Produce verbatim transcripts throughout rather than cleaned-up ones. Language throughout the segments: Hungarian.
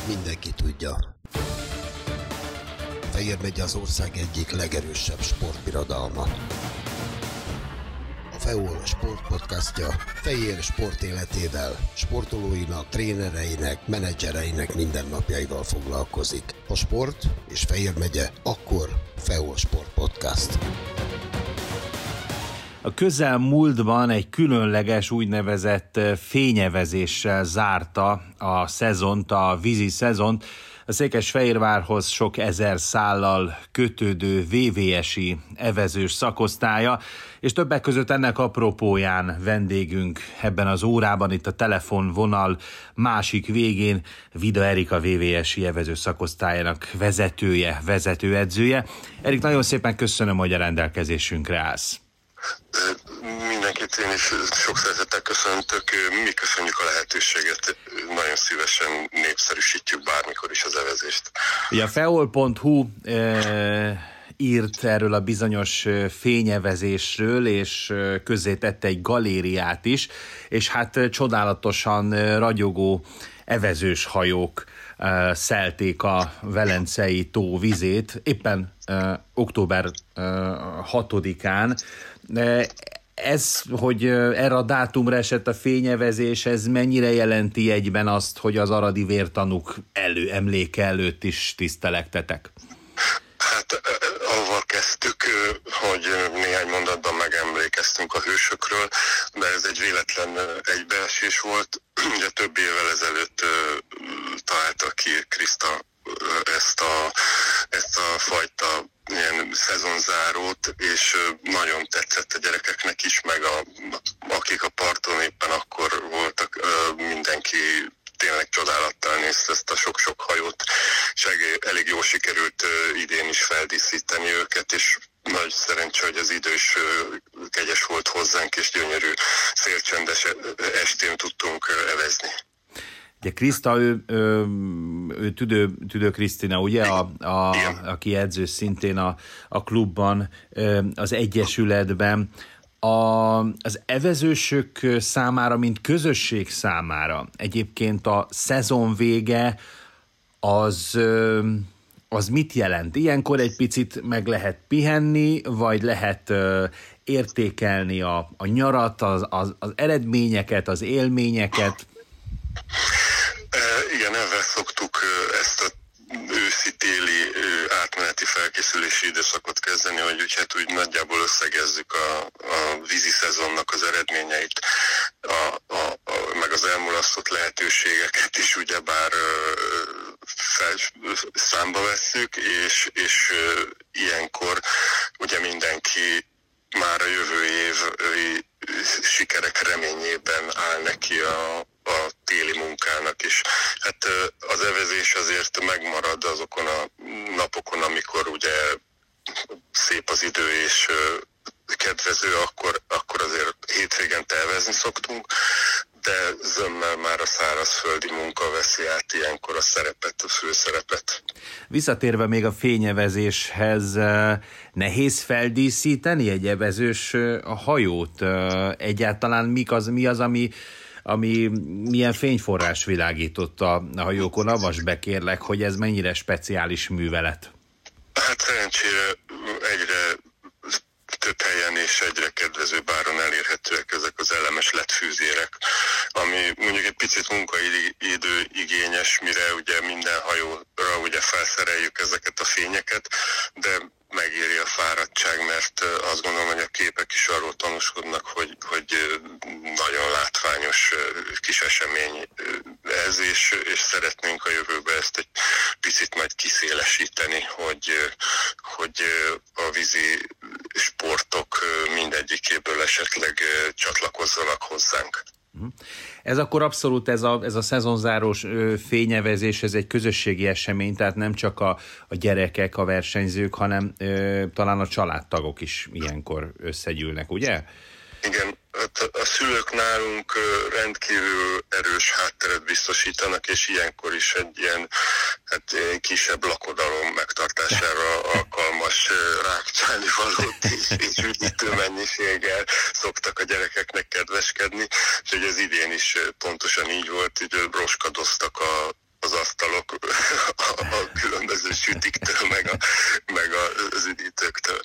mindenki tudja. Fejér megye az ország egyik legerősebb sportbirodalma. A Feol Sport Podcastja Fejér sport életével, sportolóinak, trénereinek, menedzsereinek mindennapjaival foglalkozik. A sport és Fejér megye, akkor Feol Sport Podcast. A közelmúltban egy különleges úgynevezett fényevezéssel zárta a szezont, a vízi szezont, a Székesfehérvárhoz sok ezer szállal kötődő vé vé es-i evezős szakosztálya, és többek között ennek apropóján vendégünk ebben az órában, itt a telefonvonal másik végén Vida Erika vé vé es-i evezős szakosztályának vezetője, vezetőedzője. Erik, nagyon szépen köszönöm, hogy a rendelkezésünkre állsz. Mindenkit én is sok szeretettel köszöntök, mi köszönjük a lehetőséget, nagyon szívesen népszerűsítjük bármikor is az evezést. Ugye a feol pont hu e, írt erről a bizonyos fényevezésről, és közzétette egy galériát is, és hát csodálatosan ragyogó evezős hajók e, szelték a Velencei tó vizét, éppen e, október hatodikán. Ez, hogy erre a dátumra esett a fényevezés, ez mennyire jelenti egyben azt, hogy az aradi vértanúk elő, emléke előtt is tisztelegtetek? Hát avval kezdtük, hogy néhány mondatban megemlékeztünk a hősökről, de ez egy véletlen egybeesés volt. Ugye több évvel ezelőtt találta ki Kriszta ezt a, ezt a fajta ilyen szezonzárót, és nagyon tetszett a gyerekeknek is, meg a, akik a parton éppen akkor voltak, mindenki tényleg csodálattal nézte ezt a sok-sok hajót, és elég jól sikerült idén is feldíszíteni őket, és nagy szerencsé, hogy az idő is kegyes volt hozzánk, és gyönyörű szélcsendes estén tudtunk evezni. Ugye Kriszta, ő, ő, ő Tüdő, Tüdő Krisztina, ugye, a, a, aki edző szintén a, a klubban, az egyesületben. A, az evezősök számára, mint közösség számára egyébként a szezon vége az, az mit jelent? Ilyenkor egy picit meg lehet pihenni, vagy lehet értékelni a, a nyarat, az, az, az eredményeket, az élményeket? Igen, ezzel szoktuk ezt a őszi-téli átmeneti felkészülési időszakot kezdeni, hogy úgy, hát úgy nagyjából összegezzük a, a vízi szezonnak az eredményeit, a, a, a, meg az elmulasztott lehetőségeket is ugyebár fel, számba vesszük, és, és ilyenkor ugye mindenki már a jövő év sikerek reményében áll neki a, a téli munkának is. Hát az evezés azért megmarad azokon a napokon, amikor ugye szép az idő és kedvező, akkor, akkor azért hétvégente evezni szoktunk, de zömmel már a szárazföldi munka veszi át ilyenkor a szerepet, a főszerepet. Visszatérve még a fényevezéshez, nehéz feldíszíteni egy evezős a hajót? Egyáltalán mik az, mi az, ami, ami milyen fényforrás világított a hajókon? Avasd be, kérlek, hogy ez mennyire speciális művelet. Hát szerencsére egyre több helyen és egyre kedvezőbb áron elérhetőek ezek az elemes led fűzérek, ami mondjuk egy picit munkaidő igényes, mire ugye minden hajóra ugye felszereljük ezeket a fényeket, de megéri a fáradtság, mert azt gondolom, hogy a képek is arról tanúskodnak, hogy, hogy nagyon látványos kis esemény ez, és, és szeretnénk a jövőben ezt egy picit majd kiszélesíteni, hogy, hogy a vízi sportok mindegyikéből esetleg csatlakozzanak hozzánk. Ez akkor abszolút ez a, ez a szezonzárós fényevezés, ez egy közösségi esemény, tehát nem csak a, a gyerekek, a versenyzők, hanem ö, talán a családtagok is ilyenkor összegyűlnek, ugye? Igen, a szülők nálunk rendkívül erős hátteret biztosítanak, és ilyenkor is egy ilyen hát, kisebb lakodalom megtartására alkalmas rákcsálni valót és, és üdítő mennyiséggel szoktak a gyerekeknek kedveskedni, és hogy ez idén is pontosan így volt, hogy roskadoztak a az asztalok a különböző sütiktől, meg, a, meg az üdítőktől.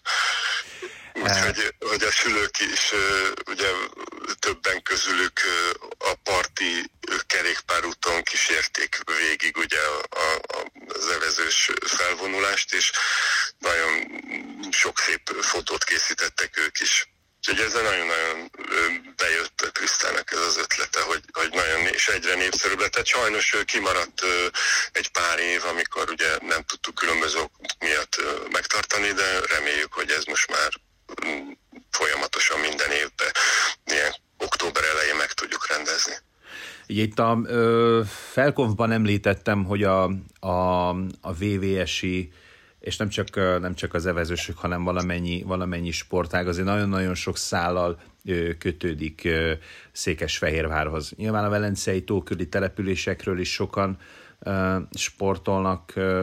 Úgyhogy hogy a sülők is, ugye többen közülük a parti kerékpárúton kísérték végig ugye a, a, az evezős felvonulást, és nagyon sok szép fotót készítettek ők is. Úgyhogy ezzel nagyon-nagyon bejött a Krisztának ez az ötlete, hogy, hogy nagyon, és egyre népszerűbb lett. Tehát sajnos kimaradt egy pár év, amikor ugye nem tudtuk különböző okok miatt megtartani, de reméljük, hogy ez most már folyamatosan minden évben ilyen október elején meg tudjuk rendezni. Ugye itt a ö, Felkonfban említettem, hogy a, a, a vé vé es-i, és nem csak, nem csak az evezősök, hanem valamennyi, valamennyi sportág azért nagyon-nagyon sok szállal ö, kötődik ö, Székesfehérvárhoz. Nyilván a velencei tókörüli településekről is sokan ö, sportolnak ö,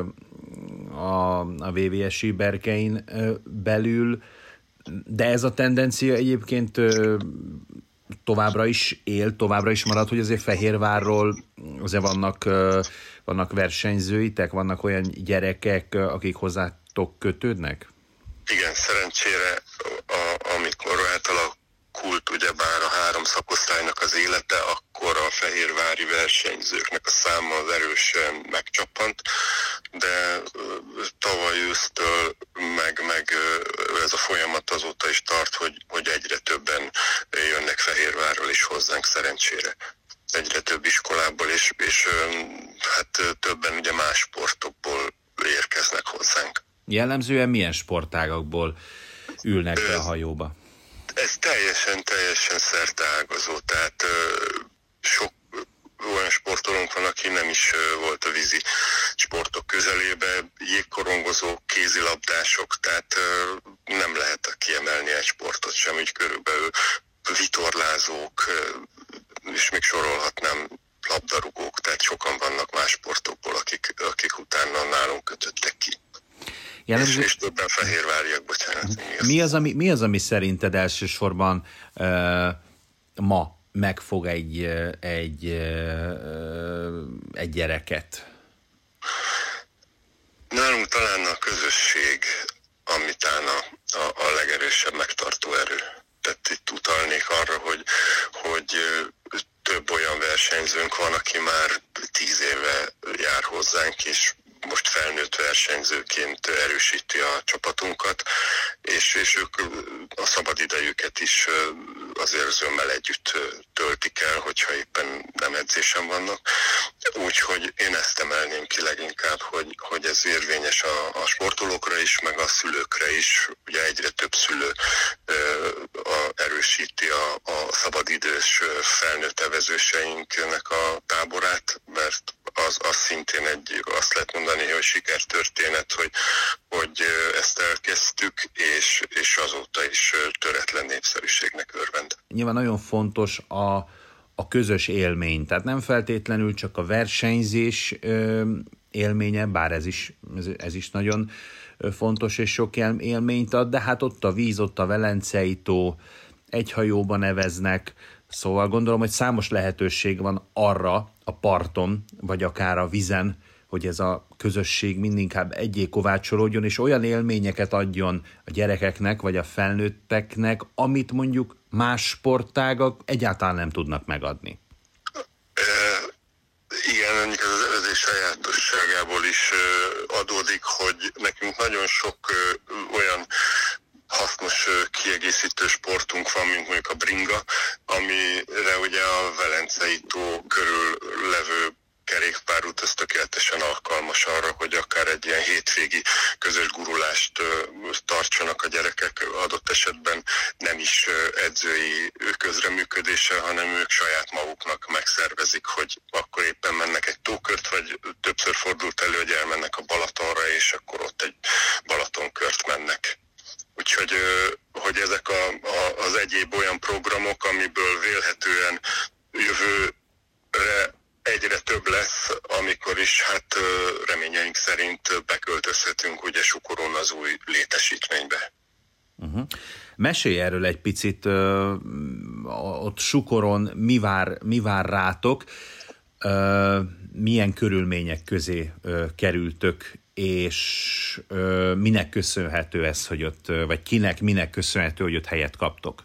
a, a vé vé es-i berkein ö, belül, de ez a tendencia egyébként ö, továbbra is él, továbbra is marad, hogy azért Fehérvárról azért vannak, vannak versenyzőitek, vannak olyan gyerekek, akik hozzátok kötődnek? Igen, szerencsére, a, amikor átalakult ugyebár a három szakosztálynak az élete, akkor a fehérvári versenyzőknek a száma az erősen megcsappant, de tavaly ősztől meg, meg ez a folyamat azóta is tart, hogy, hogy egyre többen jönnek Fehérvárról is hozzánk szerencsére. Egyre több iskolából, és, és hát többen ugye más sportokból érkeznek hozzánk. Jellemzően milyen sportágakból ülnek be a hajóba? Ez teljesen, teljesen szerteágazó, tehát sok olyan sportolónk van, aki nem is volt a vízi sportok közelébe, jégkorongozók, kézilabdások, tehát nem lehet kiemelni egy sportot sem, úgy körülbelül vitorlázók, és még sorolhatnám, labdarúgók, tehát sokan vannak más sportokból, akik, akik utána nálunk kötöttek ki. Jellemző... És, és többen fehérváriak, bocsánat. Mi az, ami, mi az, ami szerinted elsősorban uh, ma megfog egy, egy, egy gyereket? Nálunk talán a közösség, ami talán a, a, a legerősebb megtartó erő. Tehát itt utalnék arra, hogy, hogy több olyan versenyzőnk van, aki már tíz éve jár hozzánk, és most felnőtt versenyzőként erősíti a csapatunkat, és, és ők a szabadidejüket is azért zömmel együtt töltik el, hogyha éppen nem edzésen vannak. Úgyhogy én ezt emelném ki leginkább, hogy, hogy ez érvényes a, a sportolókra is, meg a szülőkre is. Ugye egyre több szülő a, erősíti a, a szabadidős felnőtt evezőseinknek a táborát, mert az, az szintén egy, azt lehet mondani, hogy sikertörténet, hogy, hogy ezt elkezdtük, és, és azóta is töretlen népszerűségnek örvend. Nyilván nagyon fontos a, a közös élmény, tehát nem feltétlenül csak a versenyzés élménye, bár ez is, ez, ez is nagyon fontos és sok élményt ad, de hát ott a víz, ott a velencei tó, egy hajóban eveznek, szóval gondolom, hogy számos lehetőség van arra a parton, vagy akár a vizen, hogy ez a közösség mindinkább egyé kovácsolódjon, és olyan élményeket adjon a gyerekeknek, vagy a felnőtteknek, amit mondjuk más sportágak egyáltalán nem tudnak megadni. E, igen, mondjuk az evezés sajátosságából is adódik, hogy nekünk nagyon sok olyan hasznos kiegészítő sportunk van, mint mondjuk a bringa, amire ugye a velencei tó körül levő kerékpárút, ez tökéletesen alkalmas arra, hogy akár egy ilyen hétvégi közös gurulást tartsanak a gyerekek, adott esetben nem is edzői közreműködéssel, hanem ők saját maguknak megszervezik, hogy akkor éppen mennek egy tókört, vagy többször fordult elő, hogy elmennek a Balatonra, és akkor ott egy Balatonkört mennek. Úgyhogy hogy ezek a, a, az egyéb olyan programok, amiből vélhetően jövőre egyre több lesz, amikor is hát reményeink szerint beköltözhetünk ugye Sukoron az új létesítménybe. Uh-huh. Mesélj erről egy picit, ott Sukoron mi vár, mi vár rátok. ö, milyen körülmények közé ö, kerültök, és ö, minek köszönhető ez, hogy ott, vagy kinek, minek köszönhető, hogy ott helyet kaptok?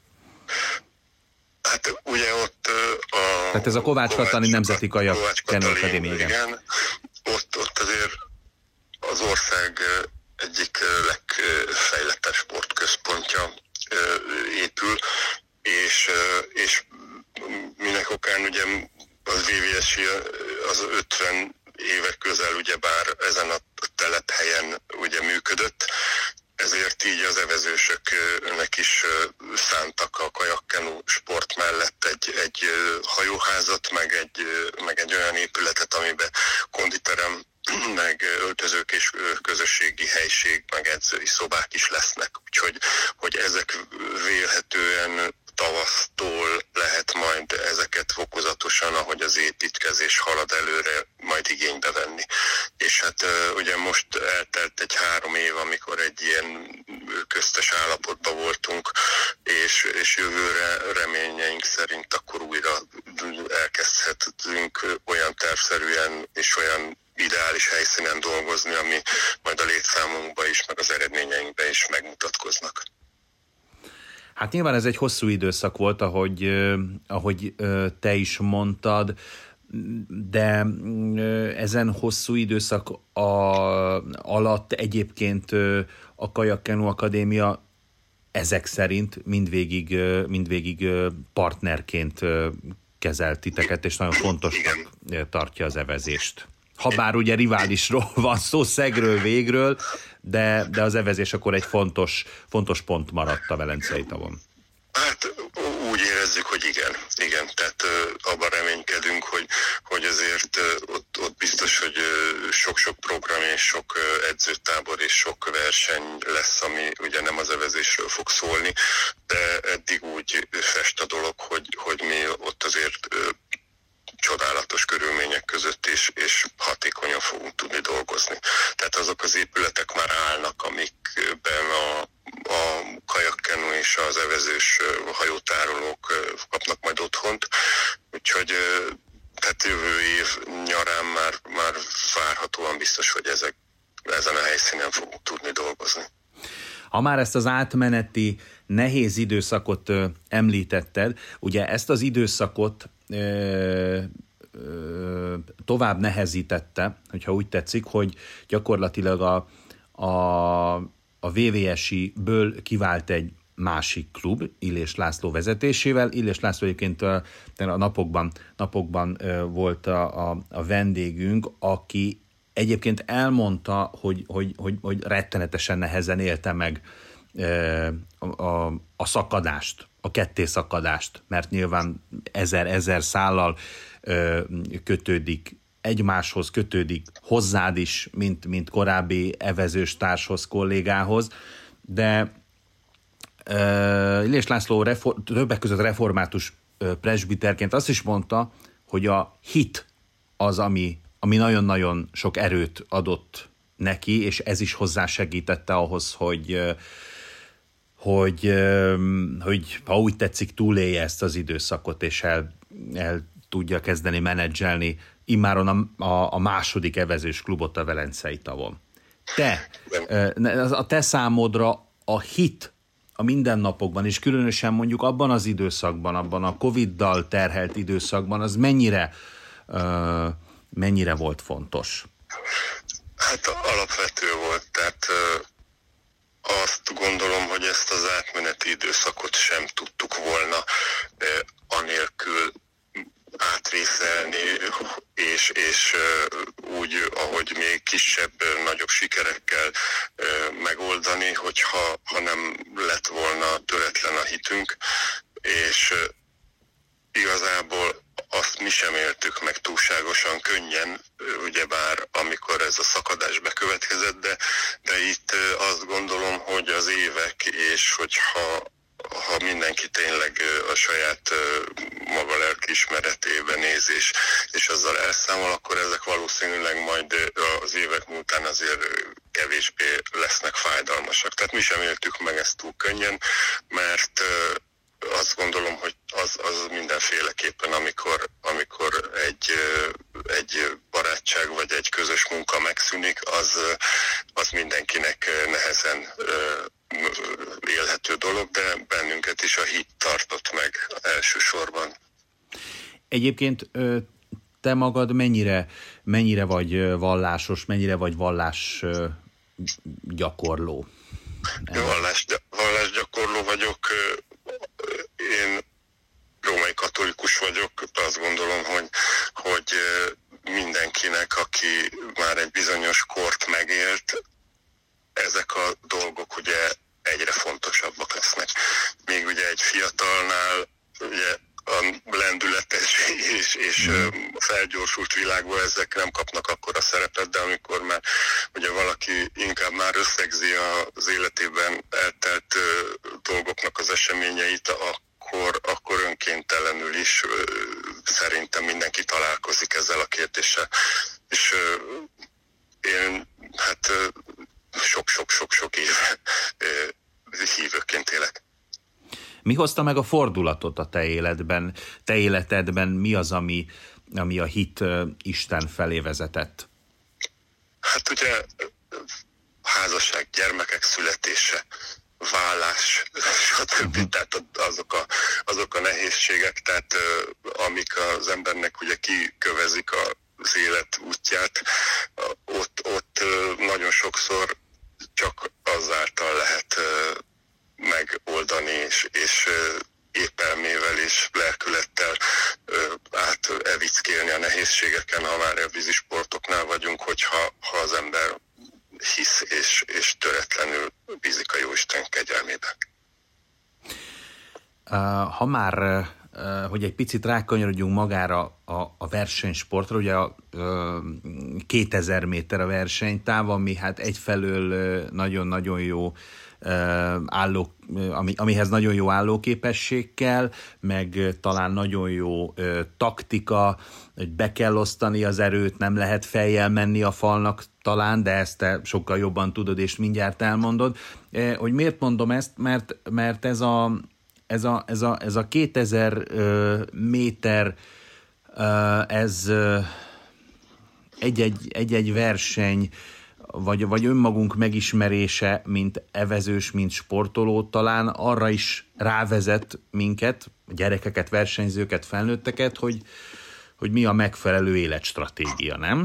Hát ugye ott a... Tehát ez a Kovács Katalin Nemzeti Kajakkenő Akadémia, igen. igen. Ott, ott azért az ország egyik legfejlettebb sportközpontja épül, és, és minek okán ugye az vé vé es az ötven évek közel ugyebár ezen a telephelyen ugye működött, ezért így az evezősöknek is szántak a kajakkenu sport mellett egy, egy hajóházat, meg egy, meg egy olyan épületet, amiben konditerem, meg öltözők és közösségi helység, meg edzői szobák is lesznek. Úgyhogy hogy ezek vélhetően tavasztól lehet majd ezeket fokozatosan, ahogy az építkezés halad előre, majd igénybe venni. És hát ugye most eltelt egy három év, amikor egy ilyen köztes állapotban voltunk, és, és jövőre reményeink szerint akkor újra elkezdhetünk olyan tervszerűen és olyan ideális helyszínen dolgozni, ami majd a létszámunkban is, meg az eredményeinkben is megmutatkoznak. Hát nyilván ez egy hosszú időszak volt, ahogy, ahogy te is mondtad, de ezen hosszú időszak a, alatt egyébként a Kajakkenu Akadémia ezek szerint mindvégig, mindvégig partnerként kezelt titeket, és nagyon fontosnak tartja az evezést. Habár ugye riválisról van szó, szegről, végről, de, de az evezés akkor egy fontos, fontos pont maradt a Velencei tavon. Hát úgy érezzük, hogy igen, igen, tehát abban reménykedünk, hogy, hogy azért ott, ott biztos, hogy sok-sok program és sok edzőtábor és sok verseny lesz, ami ugye nem az evezésről fog szólni, de eddig úgy fest a dolog, hogy, hogy mi ott azért csodálatos körülmények között is, és hatékonyan fogunk tudni dolgozni. Tehát azok az épületek már állnak, amikben a, a kajakkenu és az evezős hajótárolók kapnak majd otthont. Úgyhogy tehát jövő év nyarán már, már várhatóan biztos, hogy ezek, ezen a helyszínen fogunk tudni dolgozni. Ha már ezt az átmeneti nehéz időszakot ö, említetted, ugye ezt az időszakot ö, ö, tovább nehezítette, hogyha úgy tetszik, hogy gyakorlatilag a, a, a vé vé es-ből kivált egy másik klub, Illés László vezetésével. Illés László egyébként a, a napokban, napokban ö, volt a, a, a vendégünk, aki egyébként elmondta, hogy, hogy, hogy, hogy rettenetesen nehezen élte meg a, a, a szakadást, a kettészakadást, mert nyilván ezer-ezer szállal kötődik egymáshoz, kötődik hozzád is, mint, mint korábbi evezős társhoz, kollégához, de uh, Illés László refor- többek között református uh, presbiterként azt is mondta, hogy a hit az, ami ami nagyon-nagyon sok erőt adott neki, és ez is hozzásegítette ahhoz, hogy, hogy, hogy ha úgy tetszik, túlélje ezt az időszakot, és el, el tudja kezdeni menedzselni immáron a, a, a második evezős klubot a Velencei tavon. Te, a te számodra a hit a mindennapokban, és különösen mondjuk abban az időszakban, abban a Coviddal terhelt időszakban, az mennyire uh, mennyire volt fontos? Hát alapvető volt, tehát azt gondolom, hogy ezt az átmeneti időszakot sem tudtuk volna anélkül átrészelni, és, és úgy, ahogy még kisebb, nagyobb sikerekkel megoldani, hogyha ha nem lett volna töretlen a hitünk, és igazából azt mi sem éltük meg túlságosan könnyen, ugyebár amikor ez a szakadás bekövetkezett, de, de itt azt gondolom, hogy az évek, és hogyha ha mindenki tényleg a saját maga lelkiismeretében néz, és, és azzal elszámol, akkor ezek valószínűleg majd az évek múltán azért kevésbé lesznek fájdalmasak. Tehát mi sem éltük meg ezt túl könnyen, mert azt gondolom, hogy az, az mindenféleképpen, amikor, amikor egy közös munka megszűnik, az, az mindenkinek nehezen élhető dolog, de bennünket is a hit tartott meg elsősorban. Egyébként te magad mennyire, mennyire vagy vallásos, mennyire vagy vallás gyakorló? Vallás, vallásgyakorló vagyok. Én római katolikus vagyok, azt gondolom, hogy, hogy mindenkinek, aki már egy bizonyos kort megélt, ezek a dolgok ugye egyre fontosabbak lesznek. Még ugye egy fiatalnál ugye a lendületes és, és felgyorsult világban ezek nem kapnak akkora szerepet, de amikor már ugye valaki inkább már összegzi az életében eltelt dolgoknak az eseményeit, akkor, akkor önkéntelenül is szerintem mindenki találkozik ezzel a kérdéssel. És én hát sok-sok-sok-sok éve hívőként élek. Mi hozta meg a fordulatot a te életben, te életedben? Mi az, ami, ami a hit Isten felé vezetett? Hát ugye házasság, gyermekek születése, vállás, stb. Uh-huh. Tehát azok a, azok a nehézségek, tehát amik az embernek ugye kikövezik az élet útját, ott, ott nagyon sokszor csak azáltal lehet megoldani, és, és épelmével és lelkülettel átevickélni a nehézségeken, ha már a vízisportoknál vagyunk, hogyha ha az ember hisz és, és töretlenül bízik a Jóisten kegyelmében. Ha már, hogy egy picit rákanyarodjunk magára a, a versenysportra, ugye a kétezer méter a versenytáv, ami hát egyfelől nagyon-nagyon jó álló, ami, amihez nagyon jó állóképesség kell, meg talán nagyon jó ö, taktika, hogy be kell osztani az erőt, nem lehet fejjel menni a falnak talán, de ezt te sokkal jobban tudod, és mindjárt elmondod. E, hogy miért mondom ezt? Mert, mert ez a, ez a, ez a, ez a kétezer ö, méter, ö, ez ö, egy-egy, egy-egy verseny, Vagy, vagy önmagunk megismerése, mint evezős, mint sportoló talán arra is rávezet minket, gyerekeket, versenyzőket, felnőtteket, hogy, hogy mi a megfelelő életstratégia, nem?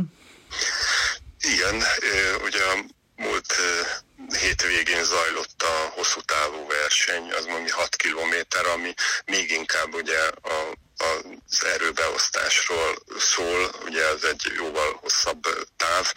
Igen, ugye a múlt hétvégén zajlott a hosszú távú verseny, az mondjuk hat kilométer, ami még inkább ugye a az erőbeosztásról szól, ugye ez egy jóval hosszabb táv,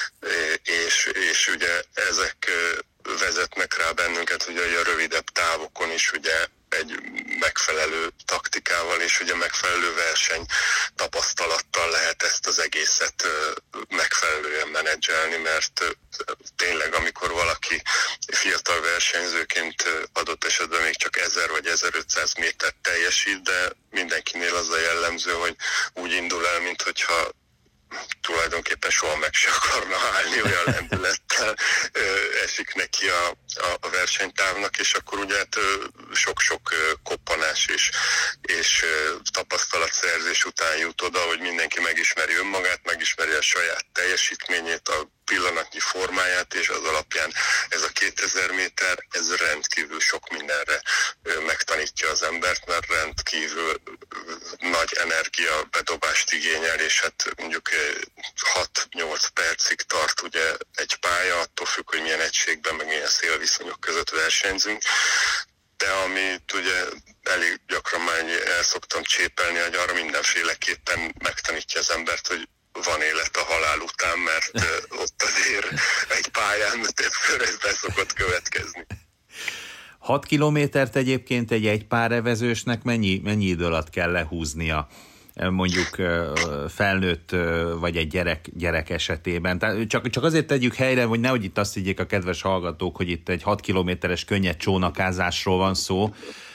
és, és ugye ezek vezetnek rá bennünket, hogy a rövidebb távokon is ugye egy megfelelő taktikával és ugye megfelelő verseny tapasztalattal lehet ezt az egészet megfelelően menedzselni, mert tényleg amikor valaki fiatal versenyzőként adott esetben még csak ezer vagy ezerötszáz métert teljesít, de mindenkinél az a jellemző, hogy úgy indul el, minthogyha tulajdonképpen soha meg se akarna állni, olyan lendülettel esik neki a, a, a versenytávnak, és akkor ugye hát sok-sok koppanás és, és tapasztalatszerzés után jut oda, hogy mindenki megismeri önmagát, megismeri a saját teljesítményét, a pillanatnyi formáját, és az alapján ez a kétezer méter, ez rendkívül sok mindenre megtanítja az embert, mert rendkívül nagy energia bedobást igényel, és hát mondjuk hat-nyolc percig tart ugye egy pálya, attól függ, hogy milyen egységben, meg milyen szélviszonyok között versenyzünk. De amit ugye elég gyakran már el szoktam csépelni, hogy arra mindenféleképpen megtanítja az embert, hogy van élet a halál után, mert ott azért egy pályán többször ez be szokott következni. hat kilométert egyébként egy egypárevezősnek mennyi, mennyi idő alatt kell lehúznia, mondjuk felnőtt vagy egy gyerek, gyerek esetében? Tehát csak, csak azért tegyük helyre, hogy nehogy itt azt higgyék a kedves hallgatók, hogy itt egy hat kilométeres könnyed csónakázásról van szó,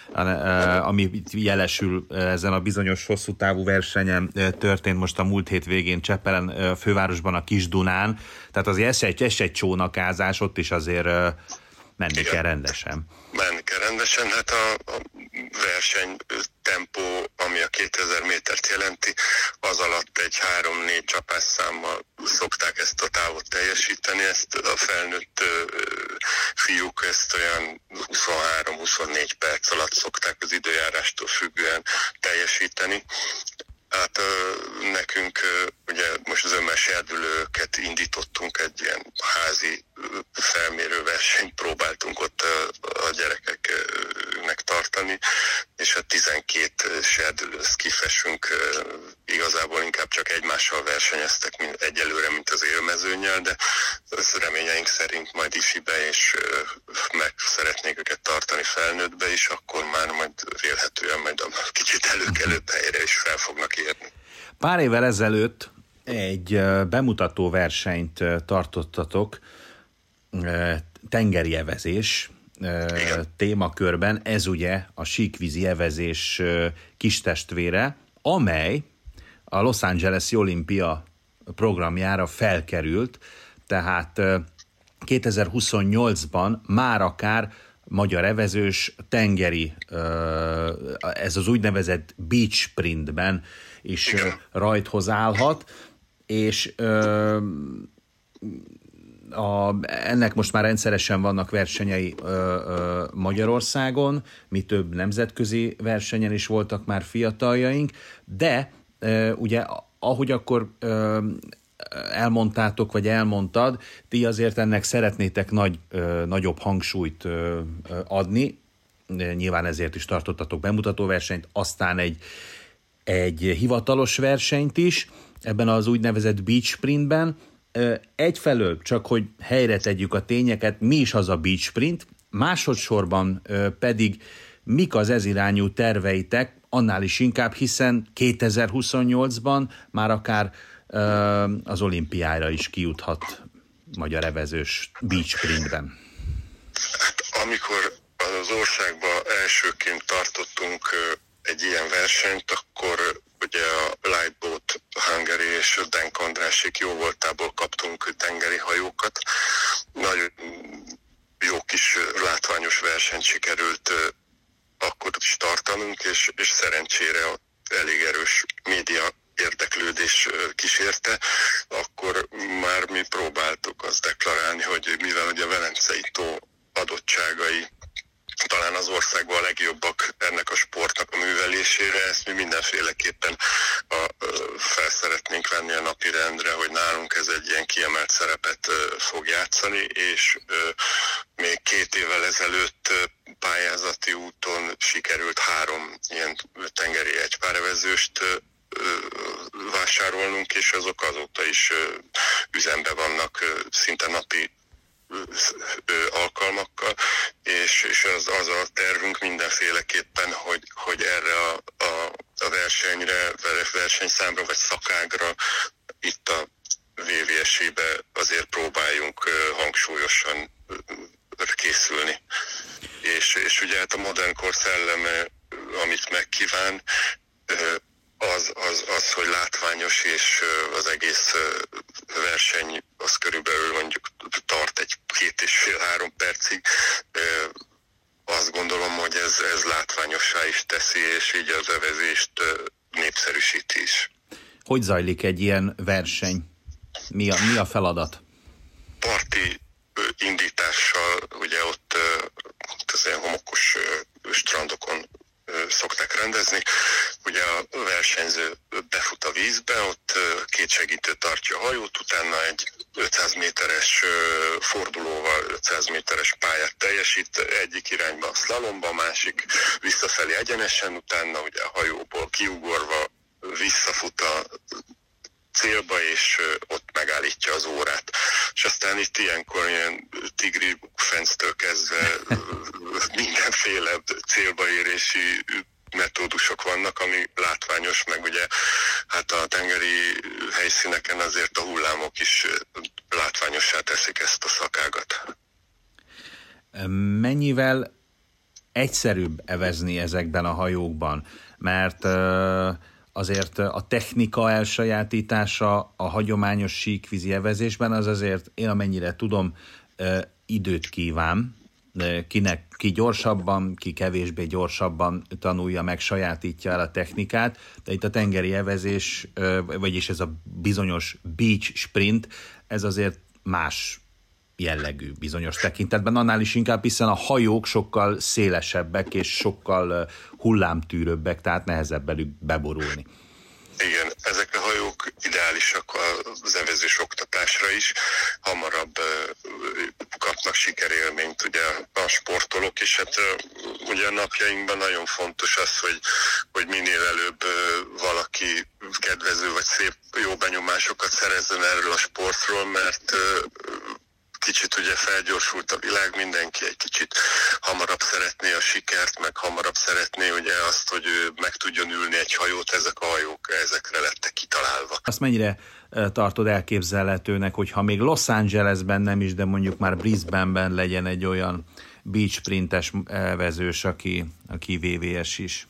ami jelesül ezen a bizonyos hosszú távú versenyen történt most a múlt hét végén Csepelen fővárosban, a Kis-Dunán. Tehát azért ez egy, ez egy csónakázás, ott is azért menni Igen. kell rendesen. Menni kell rendesen, hát a, a verseny tempó, ami a kétezer métert jelenti, az alatt egy három-négy csapásszámmal szokták ezt a távot teljesíteni, ezt a felnőtt fiúk ezt olyan huszonhárom-huszonnégy perc alatt szokták az időjárástól függően teljesíteni. Hát nekünk ugye most zömmel serdülőket indítottunk, egy ilyen házi felmérő versenyt próbáltunk ott a gyerekeknek tartani, és a tizenkét serdülő szkifesünk igazából inkább csak egymással versenyeztek mint egyelőre, mint az élmezőnnyel, de reményeink szerint majd ifibe és meg szeretnék őket tartani felnőttbe is, akkor már majd vélhetően majd a kicsit előkelőbb helyre is fel fognak érni. Pár évvel ezelőtt egy bemutató versenyt tartottatok, tengeri evezés témakörben, ez ugye a síkvízi evezés kistestvére, amely a Los Angeles-i olimpia programjára felkerült, tehát kétezer-huszonnyolcban már akár magyar evezős tengeri, ez az úgynevezett beach sprintben is igen, rajthoz állhat, és A, ennek most már rendszeresen vannak versenyei ö, ö, Magyarországon, mi több nemzetközi versenyen is voltak már fiataljaink, de ö, ugye ahogy akkor ö, elmondtátok, vagy elmondtad, ti azért ennek szeretnétek nagy, ö, nagyobb hangsúlyt ö, adni, nyilván ezért is tartottatok bemutatóversenyt, aztán egy, egy hivatalos versenyt is, ebben az úgynevezett beach sprintben. Egyfelől csak, hogy helyre tegyük a tényeket, mi is az a beach sprint, másodszorban pedig mik az ezirányú terveitek, annál is inkább, hiszen kétezer-huszonnyolcban már akár az olimpiára is kijuthat magyar evezős beach sprintben. Hát, amikor az országban elsőként tartottunk egy ilyen versenyt, akkor ugye a Lightboat Hungary és Denk Andrásék jó voltából kaptunk tengeri hajókat. Nagyon jó kis látványos versenyt sikerült akkor is tartanunk, és, és szerencsére elég erős média érdeklődés kísérte, akkor már mi próbáltuk azt deklarálni, hogy mivel ugye a Velencei tó adottságai talán az országban a legjobbak ennek a sportnak a művelésére, ezt mi mindenféleképpen a, fel szeretnénk venni a napirendre, hogy nálunk ez egy ilyen kiemelt szerepet fog játszani, és még két évvel ezelőtt pályázati úton sikerült három ilyen tengeri egypárevezőst vásárolnunk, és azok azóta is üzembe vannak szinte napi alkalmakkal, és, és az, az a tervünk mindenféleképpen, hogy, hogy erre a, a, a versenyre, versenyszámra vagy szakágra itt a vé vé es-ébe azért próbáljunk hangsúlyosan készülni. És, és ugye hát a modern kor szelleme, amit megkíván, Az, az, az, hogy látványos, és az egész verseny az körülbelül mondjuk tart egy két és fél-három percig. Azt gondolom, hogy ez, ez látványossá is teszi, és így az evezést népszerűsíti is. Hogy zajlik egy ilyen verseny? Mi a, mi a feladat? Parti indítással, ugye ott az ilyen homokos strandokon szokták rendezni. Ugye a versenyző befut a vízbe, ott két segítő tartja a hajót, utána egy ötszáz méteres fordulóval ötszáz méteres pályát teljesít, egyik irányba a szlalomba, másik visszafelé egyenesen, utána ugye a hajóból kiugorva visszafut a célba, és ott megállítja az órát. És aztán itt ilyenkor ilyen tigri fenctől kezdve mindenféle célba érési metódusok vannak, ami látványos, meg ugye hát a tengeri helyszíneken azért a hullámok is látványossá teszik ezt a szakágat. Mennyivel egyszerűbb evezni ezekben a hajókban? Mert azért a technika elsajátítása a hagyományos síkvízi evezésben az azért, én amennyire tudom, időt kíván, kinek ki gyorsabban, ki kevésbé gyorsabban tanulja meg, sajátítja el a technikát, de itt a tengeri evezés, vagyis ez a bizonyos beach sprint, ez azért más jellegű bizonyos tekintetben, annál is inkább, hiszen a hajók sokkal szélesebbek és sokkal hullámtűrőbbek, tehát nehezebb belük beborulni. Igen, ezek a hajók ideálisak az evezés oktatásra is, hamarabb kapnak sikerélményt ugye a sportolók, és hát ugye a napjainkban nagyon fontos az, hogy, hogy minél előbb valaki kedvező vagy szép jó benyomásokat szerezzen erről a sportról, mert kicsit ugye felgyorsult a világ, mindenki egy kicsit hamarabb szeretné a sikert, meg hamarabb szeretné ugye azt, hogy ő meg tudjon ülni egy hajót, ezek a hajók ezekre lettek kitalálva. Azt mennyire tartod elképzelhetőnek, hogyha még Los Angelesben nem is, de mondjuk már Brisbaneben legyen egy olyan beach sprintes vezős, aki, aki vé vé es is?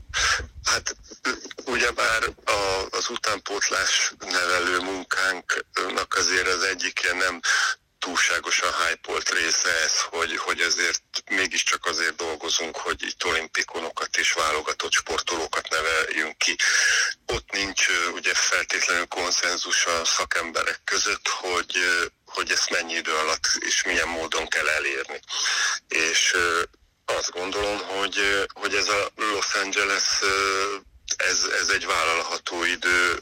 Hát ugyebár a, az utánpótlás nevelő munkánknak azért az egyik ilyen nem túlságosan hype-olt része ez, hogy, hogy ezért mégiscsak azért dolgozunk, hogy itt olimpikonokat és válogatott sportolókat neveljünk ki. Ott nincs ugye feltétlenül konszenzus a szakemberek között, hogy, hogy ezt mennyi idő alatt és milyen módon kell elérni. És azt gondolom, hogy, hogy ez a Los Angeles, ez, ez egy vállalható idő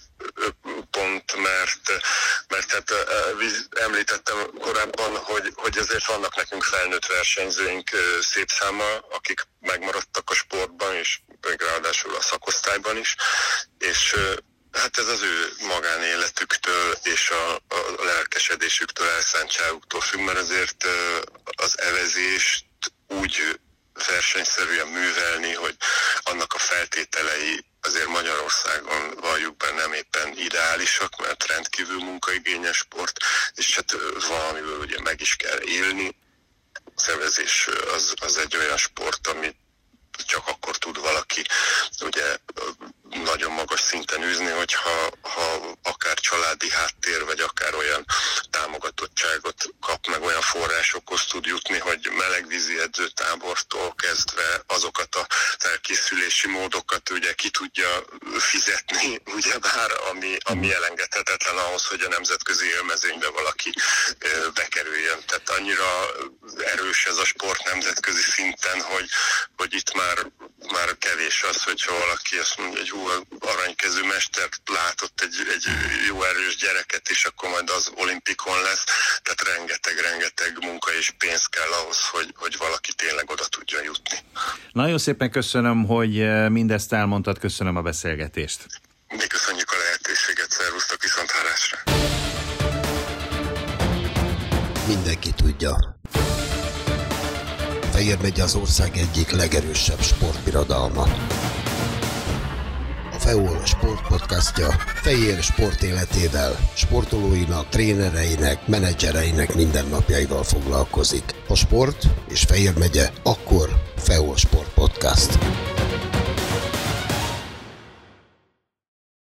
pont, mert, mert hát említettem korábban, hogy, hogy azért vannak nekünk felnőtt versenyzőink szép száma, akik megmaradtak a sportban, és ráadásul a szakosztályban is, és hát ez az ő magánéletüktől és a, a lelkesedésüktől, elszántságuktól függ, mert azért az evezést úgy versenyszerűen művelni, hogy annak a feltételei azért Magyarországon valljuk be nem éppen ideálisak, mert rendkívül munkaigényes sport, és hát valamiből ugye meg is kell élni. Az evezés az, az egy olyan sport, amit csak akkor tud valaki ugye nagyon magas szinten űzni, hogyha ha akár családi háttér, vagy akár olyan támogatottságot kap, meg olyan forrásokhoz tud jutni, hogy melegvízi edzőtábortól kezdve azokat a felkészülési módokat ugye ki tudja fizetni, ugyebár, ami, ami elengedhetetlen ahhoz, hogy a nemzetközi élmezőnybe valaki bekerüljön. Tehát annyira erős ez a sport nemzetközi szinten, hogy, hogy itt már, már kevés az, hogyha valaki azt mondja, hogy hú, aranykezű mestert látott egy, egy jó erős gyereket, és akkor majd az olimpikon lesz. Tehát rengeteg-rengeteg munka és pénz kell ahhoz, hogy, hogy valaki tényleg oda tudjon jutni. Nagyon szépen köszönöm, hogy mindezt elmondtad, köszönöm a beszélgetést. Mi köszönjük a lehetőséget, szervusztok, viszonthallásra. Mindenki tudja. Fejér megye az ország egyik legerősebb sportbirodalma. A Feol Sport podcastja Fejér sport életével, sportolóinak, trénereinek, menedzsereinek mindennapjaival foglalkozik. A sport és Fejér megye, akkor Feol Sport Podcast.